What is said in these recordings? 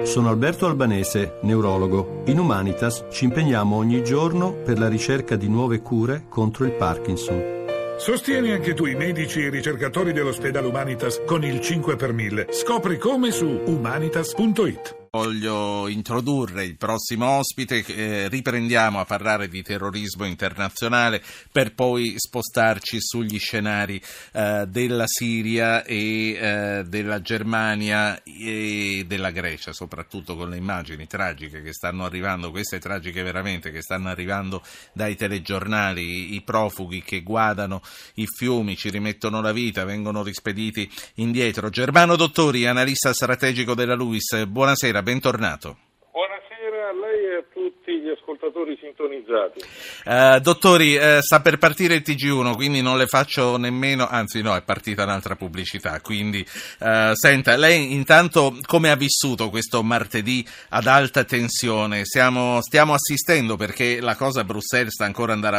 Sono Alberto Albanese, neurologo. In Humanitas ci impegniamo ogni giorno per la ricerca di nuove cure contro il Parkinson. Sostieni anche tu i medici e i ricercatori dell'ospedale Humanitas con il 5 per 1000. Scopri come su humanitas.it. Voglio introdurre il prossimo ospite, riprendiamo a parlare di terrorismo internazionale per poi spostarci sugli scenari della Siria e della Germania e della Grecia, soprattutto con le immagini tragiche che stanno arrivando, queste tragiche veramente, che stanno arrivando dai telegiornali, i profughi che guadano i fiumi, ci rimettono la vita, vengono rispediti indietro. Germano Dottori, analista strategico della LUISS, buonasera. Bentornato. Buonasera a lei e a tutti gli ascoltatori sintonizzati. Dottori, sta per partire il TG1, quindi non le faccio nemmeno, anzi no, è partita un'altra pubblicità, quindi senta, lei intanto come ha vissuto questo martedì ad alta tensione? Stiamo assistendo, perché la cosa a Bruxelles sta ancora andando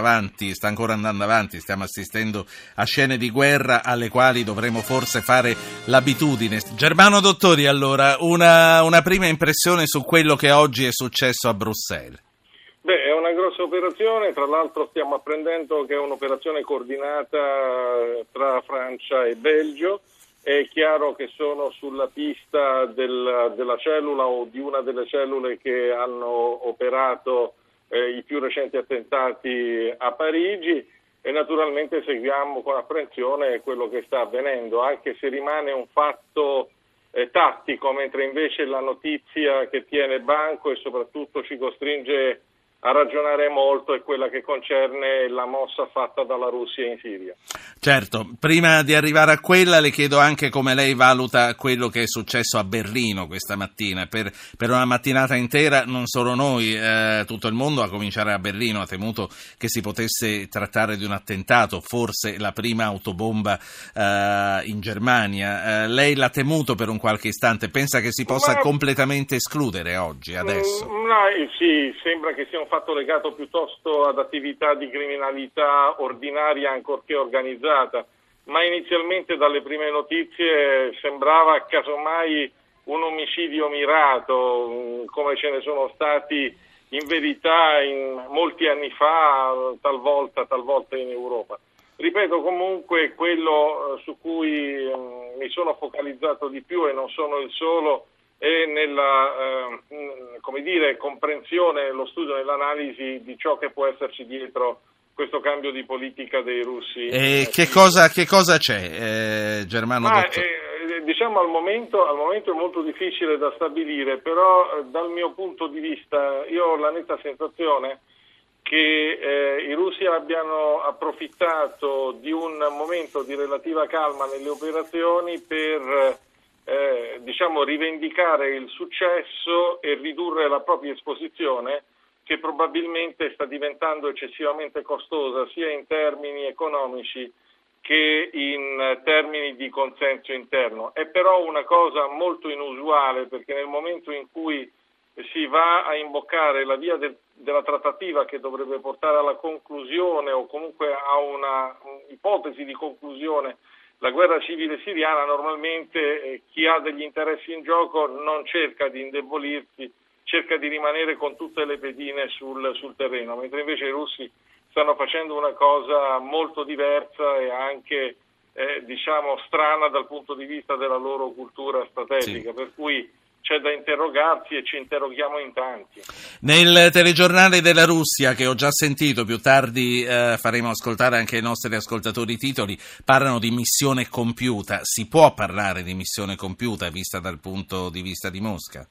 avanti, stiamo assistendo a scene di guerra alle quali dovremo forse fare l'abitudine. Germano Dottori, allora, una prima impressione su quello che oggi è successo a Bruxelles. È una grossa operazione, tra l'altro stiamo apprendendo che è un'operazione coordinata tra Francia e Belgio. È chiaro che sono sulla pista della cellula o di una delle cellule che hanno operato i più recenti attentati a Parigi, e naturalmente seguiamo con apprensione quello che sta avvenendo, anche se rimane un fatto tattico, mentre invece la notizia che tiene banco e soprattutto ci costringe a ragionare molto è quella che concerne la mossa fatta dalla Russia in Siria. Certo, prima di arrivare a quella le chiedo anche come lei valuta quello che è successo a Berlino questa mattina. Per una mattinata intera non solo noi, tutto il mondo, a cominciare da Berlino, ha temuto che si potesse trattare di un attentato, forse la prima autobomba in Germania. Lei l'ha temuto per un qualche istante, pensa che si possa completamente escludere oggi, adesso? Sì, sembra che sia un fatto legato piuttosto ad attività di criminalità ordinaria ancorché organizzata, ma inizialmente dalle prime notizie sembrava casomai un omicidio mirato, come ce ne sono stati in verità molti anni fa, talvolta in Europa. Ripeto, comunque quello su cui mi sono focalizzato di più, e non sono il solo, e nella comprensione, lo studio, nell'analisi di ciò che può esserci dietro questo cambio di politica dei russi. E che cosa c'è, Germano Dottori? Diciamo al momento è molto difficile da stabilire, però dal mio punto di vista io ho la netta sensazione che i russi abbiano approfittato di un momento di relativa calma nelle operazioni per rivendicare il successo e ridurre la propria esposizione, che probabilmente sta diventando eccessivamente costosa sia in termini economici che in termini di consenso interno. È però una cosa molto inusuale, perché nel momento in cui si va a imboccare la via della trattativa che dovrebbe portare alla conclusione, o comunque a una ipotesi di conclusione, la guerra civile siriana, normalmente chi ha degli interessi in gioco non cerca di indebolirsi, cerca di rimanere con tutte le pedine sul terreno, mentre invece i russi stanno facendo una cosa molto diversa e anche strana dal punto di vista della loro cultura strategica, sì. Per cui c'è da interrogarsi e ci interroghiamo in tanti. Nel telegiornale della Russia, che ho già sentito, più tardi faremo ascoltare anche ai nostri ascoltatori i titoli, parlano di missione compiuta. Si può parlare di missione compiuta vista dal punto di vista di Mosca?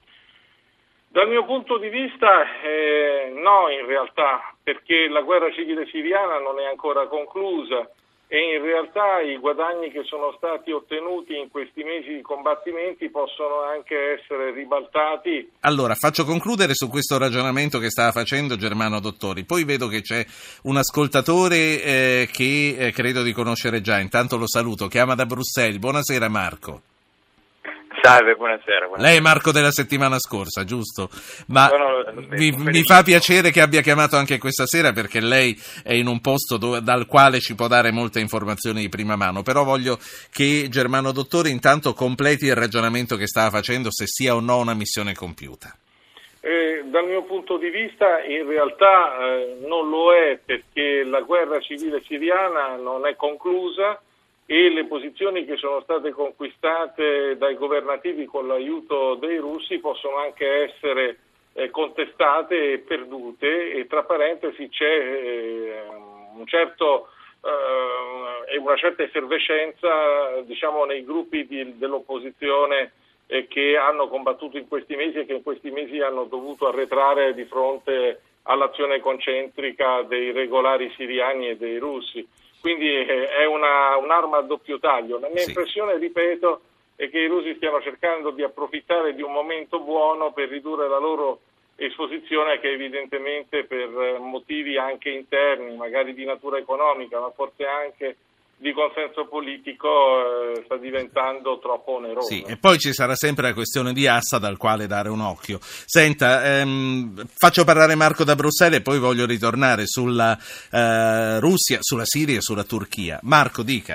Dal mio punto di vista no, in realtà, perché la guerra civile siriana non è ancora conclusa. E in realtà i guadagni che sono stati ottenuti in questi mesi di combattimenti possono anche essere ribaltati. Allora, faccio concludere su questo ragionamento che stava facendo Germano Dottori. Poi vedo che c'è un ascoltatore che credo di conoscere già. Intanto lo saluto, chiama da Bruxelles. Buonasera Marco. Salve, buonasera. Lei è Marco della settimana scorsa, giusto? Ma mi fa piacere che abbia chiamato anche questa sera, perché lei è in un posto dal quale ci può dare molte informazioni di prima mano, però voglio che Germano Dottore intanto completi il ragionamento che stava facendo, se sia o no una missione compiuta. Dal mio punto di vista in realtà non lo è, perché la guerra civile siriana non è conclusa e le posizioni che sono state conquistate dai governativi con l'aiuto dei russi possono anche essere contestate e perdute, e tra parentesi c'è una certa effervescenza, diciamo, nei gruppi dell'opposizione che hanno combattuto in questi mesi e che in questi mesi hanno dovuto arretrare di fronte all'azione concentrica dei regolari siriani e dei russi. Quindi è un'arma a doppio taglio. La mia impressione, ripeto, è che i russi stiano cercando di approfittare di un momento buono per ridurre la loro esposizione, che evidentemente per motivi anche interni, magari di natura economica, ma forse anche di consenso politico, sta diventando troppo onerosa. Sì, e poi ci sarà sempre la questione di Assad, al quale dare un occhio. Senta, faccio parlare Marco da Bruxelles e poi voglio ritornare sulla Russia, sulla Siria e sulla Turchia. Marco, dica.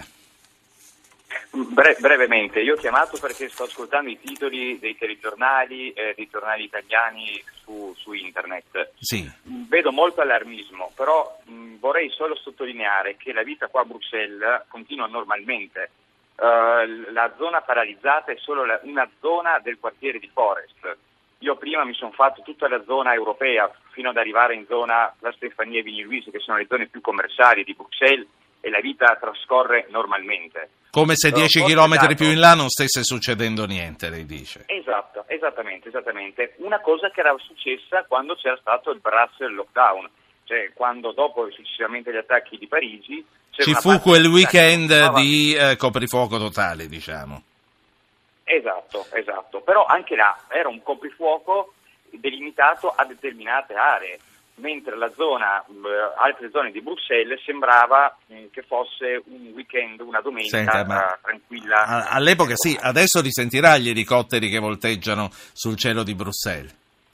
Brevemente, io ho chiamato perché sto ascoltando i titoli dei telegiornali, dei giornali italiani su internet. Sì. Vedo molto allarmismo, però vorrei solo sottolineare che la vita qua a Bruxelles continua normalmente. La zona paralizzata è solo una zona del quartiere di Forest. Io prima mi sono fatto tutta la zona europea fino ad arrivare in zona La Stefania e Vigny Louise, che sono le zone più commerciali di Bruxelles, e la vita trascorre normalmente. Come se 10 chilometri più in là non stesse succedendo niente, lei dice. Esatto, esattamente. Una cosa che era successa quando c'era stato il Brussels lockdown, cioè quando dopo successivamente gli attacchi di Parigi ci fu quel weekend di coprifuoco totale, diciamo. Esatto, però anche là era un coprifuoco delimitato a determinate aree, mentre la zona, altre zone di Bruxelles sembrava che fosse un weekend, una domenica tranquilla. All'epoca sì, adesso risentirà gli elicotteri che volteggiano sul cielo di Bruxelles.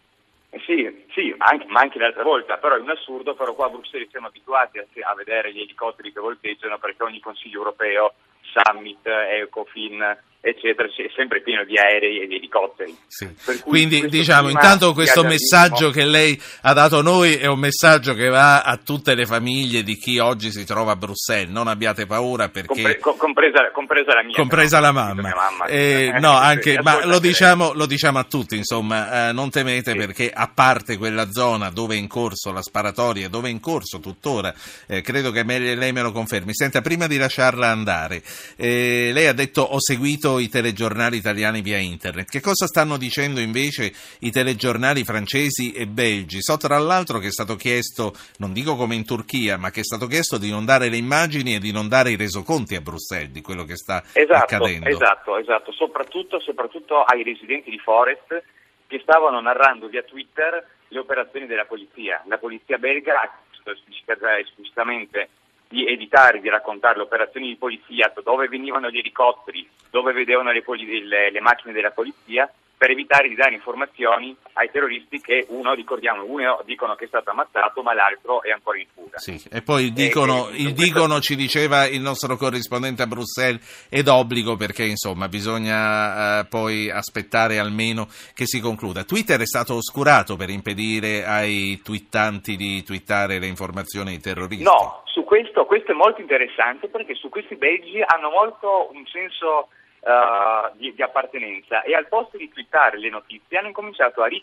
Sì, ma anche l'altra volta, però è un assurdo, però qua a Bruxelles siamo abituati a vedere gli elicotteri che volteggiano, perché ogni Consiglio europeo, Summit, Ecofin, eccetera, è sempre pieno di aerei e di elicotteri. Sì. Quindi diciamo, intanto questo messaggio che lei ha dato a noi è un messaggio che va a tutte le famiglie di chi oggi si trova a Bruxelles. Non abbiate paura, perché compresa la mia, compresa la mamma. No, anche, ma lo diciamo a tutti, insomma, non temete, perché a parte quella zona dove è in corso la sparatoria, dove è in corso tuttora, credo che lei me lo confermi. Senta, prima di lasciarla andare, lei ha detto: ho seguito i telegiornali italiani via internet. Che cosa stanno dicendo invece i telegiornali francesi e belgi? So tra l'altro che è stato chiesto, non dico come in Turchia, ma che è stato chiesto di non dare le immagini e di non dare i resoconti a Bruxelles di quello che sta accadendo. Esatto, soprattutto ai residenti di Forest, che stavano narrando via Twitter le operazioni della polizia. La polizia belga ha esplicitamente di editare, di raccontare le operazioni di polizia, dove venivano gli elicotteri, dove vedevano le macchine della polizia, per evitare di dare informazioni ai terroristi che uno dicono che è stato ammazzato, ma l'altro è ancora in fuga. Sì, e poi il dicono, ci diceva il nostro corrispondente a Bruxelles, è d'obbligo, perché insomma bisogna poi aspettare almeno che si concluda. Twitter è stato oscurato per impedire ai twittanti di twittare le informazioni ai terroristi. No, su questo è molto interessante, perché su questi belgi hanno molto un senso di appartenenza, e al posto di twittare le notizie hanno incominciato a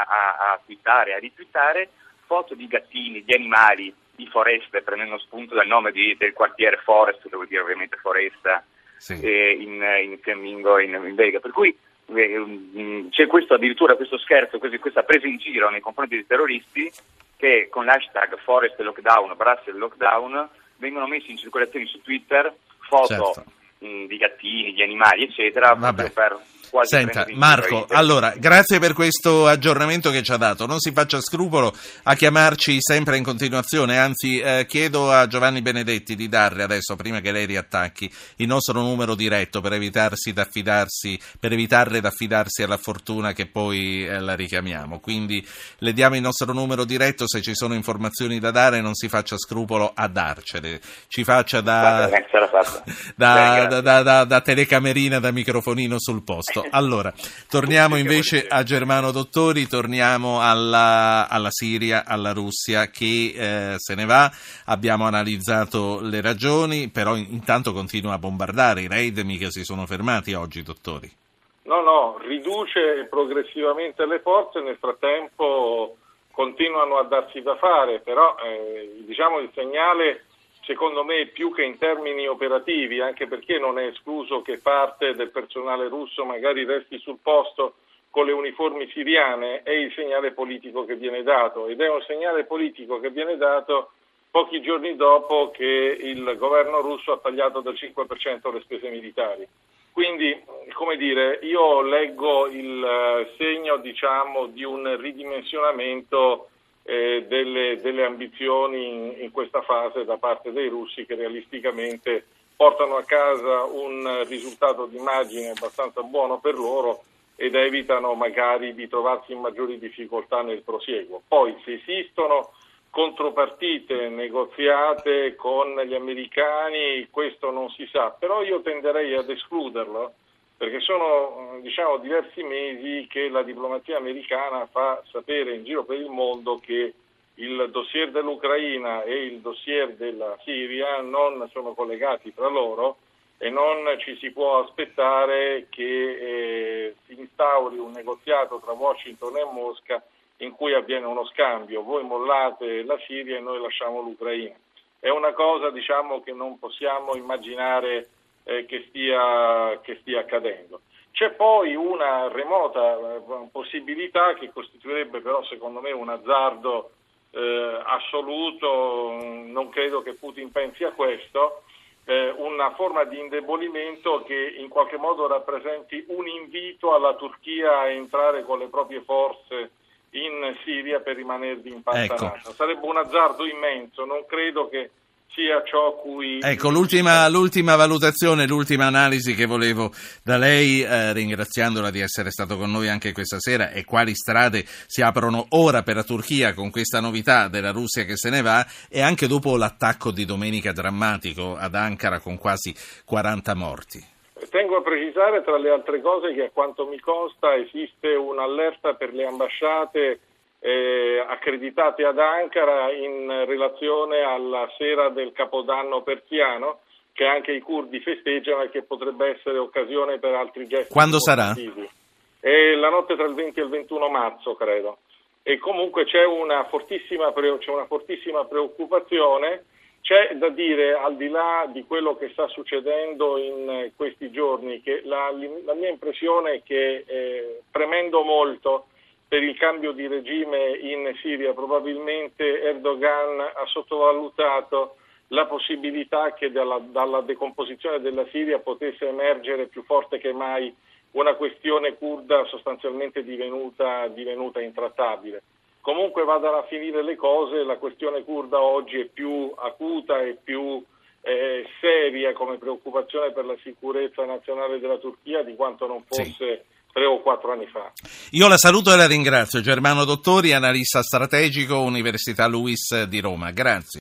ritwittare foto di gattini, di animali, di foreste, prendendo spunto dal nome del quartiere Forest, devo dire ovviamente foresta, sì, in Fiammingo, in Belga, per cui c'è addirittura questo scherzo, questa presa in giro nei confronti dei terroristi, che con l'hashtag Forest Lockdown, Brussels Lockdown, vengono messi in circolazione su Twitter foto, certo, di gattini, di animali, eccetera, per quasi. Senta, Marco, allora, grazie per questo aggiornamento che ci ha dato. Non si faccia scrupolo a chiamarci sempre in continuazione, anzi chiedo a Giovanni Benedetti di darle adesso, prima che lei riattacchi, il nostro numero diretto per evitare di affidarsi alla fortuna che poi la richiamiamo. Quindi le diamo il nostro numero diretto, se ci sono informazioni da dare non si faccia scrupolo a darcele. Ci faccia da telecamerina, da microfonino sul posto. Allora, torniamo invece a Germano Dottori, torniamo alla Siria, alla Russia che se ne va. Abbiamo analizzato le ragioni, però intanto continua a bombardare. I raid mica si sono fermati oggi, dottori. No, riduce progressivamente le forze, nel frattempo continuano a darsi da fare, però il segnale secondo me più che in termini operativi, anche perché non è escluso che parte del personale russo magari resti sul posto con le uniformi siriane, è il segnale politico che viene dato, ed è un segnale politico che viene dato pochi giorni dopo che il governo russo ha tagliato del 5% le spese militari. Quindi, io leggo il segno, di un ridimensionamento delle ambizioni in questa fase da parte dei russi, che realisticamente portano a casa un risultato di immagine abbastanza buono per loro ed evitano magari di trovarsi in maggiori difficoltà nel prosieguo. Poi, se esistono contropartite negoziate con gli americani, questo non si sa, però io tenderei ad escluderlo, perché sono diversi mesi che la diplomazia americana fa sapere in giro per il mondo che il dossier dell'Ucraina e il dossier della Siria non sono collegati tra loro e non ci si può aspettare che si instauri un negoziato tra Washington e Mosca in cui avviene uno scambio, voi mollate la Siria e noi lasciamo l'Ucraina. È una cosa che non possiamo immaginare che stia accadendo. C'è poi una remota possibilità che costituirebbe però secondo me un azzardo assoluto, non credo che Putin pensi a questo, una forma di indebolimento che in qualche modo rappresenti un invito alla Turchia a entrare con le proprie forze in Siria per rimanervi impantanata. Ecco. Sarebbe un azzardo immenso, non credo che sia ciò cui... Ecco, l'ultima valutazione, l'ultima analisi che volevo da lei, ringraziandola di essere stato con noi anche questa sera, è quali strade si aprono ora per la Turchia con questa novità della Russia che se ne va, e anche dopo l'attacco di domenica drammatico ad Ankara con quasi 40 morti. Tengo a precisare, tra le altre cose, che a quanto mi consta esiste un'allerta per le ambasciate accreditate ad Ankara in relazione alla sera del Capodanno persiano, che anche i curdi festeggiano e che potrebbe essere occasione per altri gesti. Quando sarà? La notte tra il 20 e il 21 marzo, credo. E comunque c'è una fortissima preoccupazione. C'è da dire, al di là di quello che sta succedendo in questi giorni, che la mia impressione è che premendo molto per il cambio di regime in Siria, probabilmente Erdogan ha sottovalutato la possibilità che dalla decomposizione della Siria potesse emergere più forte che mai una questione curda sostanzialmente divenuta intrattabile. Comunque vadano a finire le cose, la questione curda oggi è più acuta e più seria come preoccupazione per la sicurezza nazionale della Turchia di quanto non fosse 3 o 4 anni fa. Io la saluto e la ringrazio. Germano Dottori, analista strategico, Università Luis di Roma. Grazie.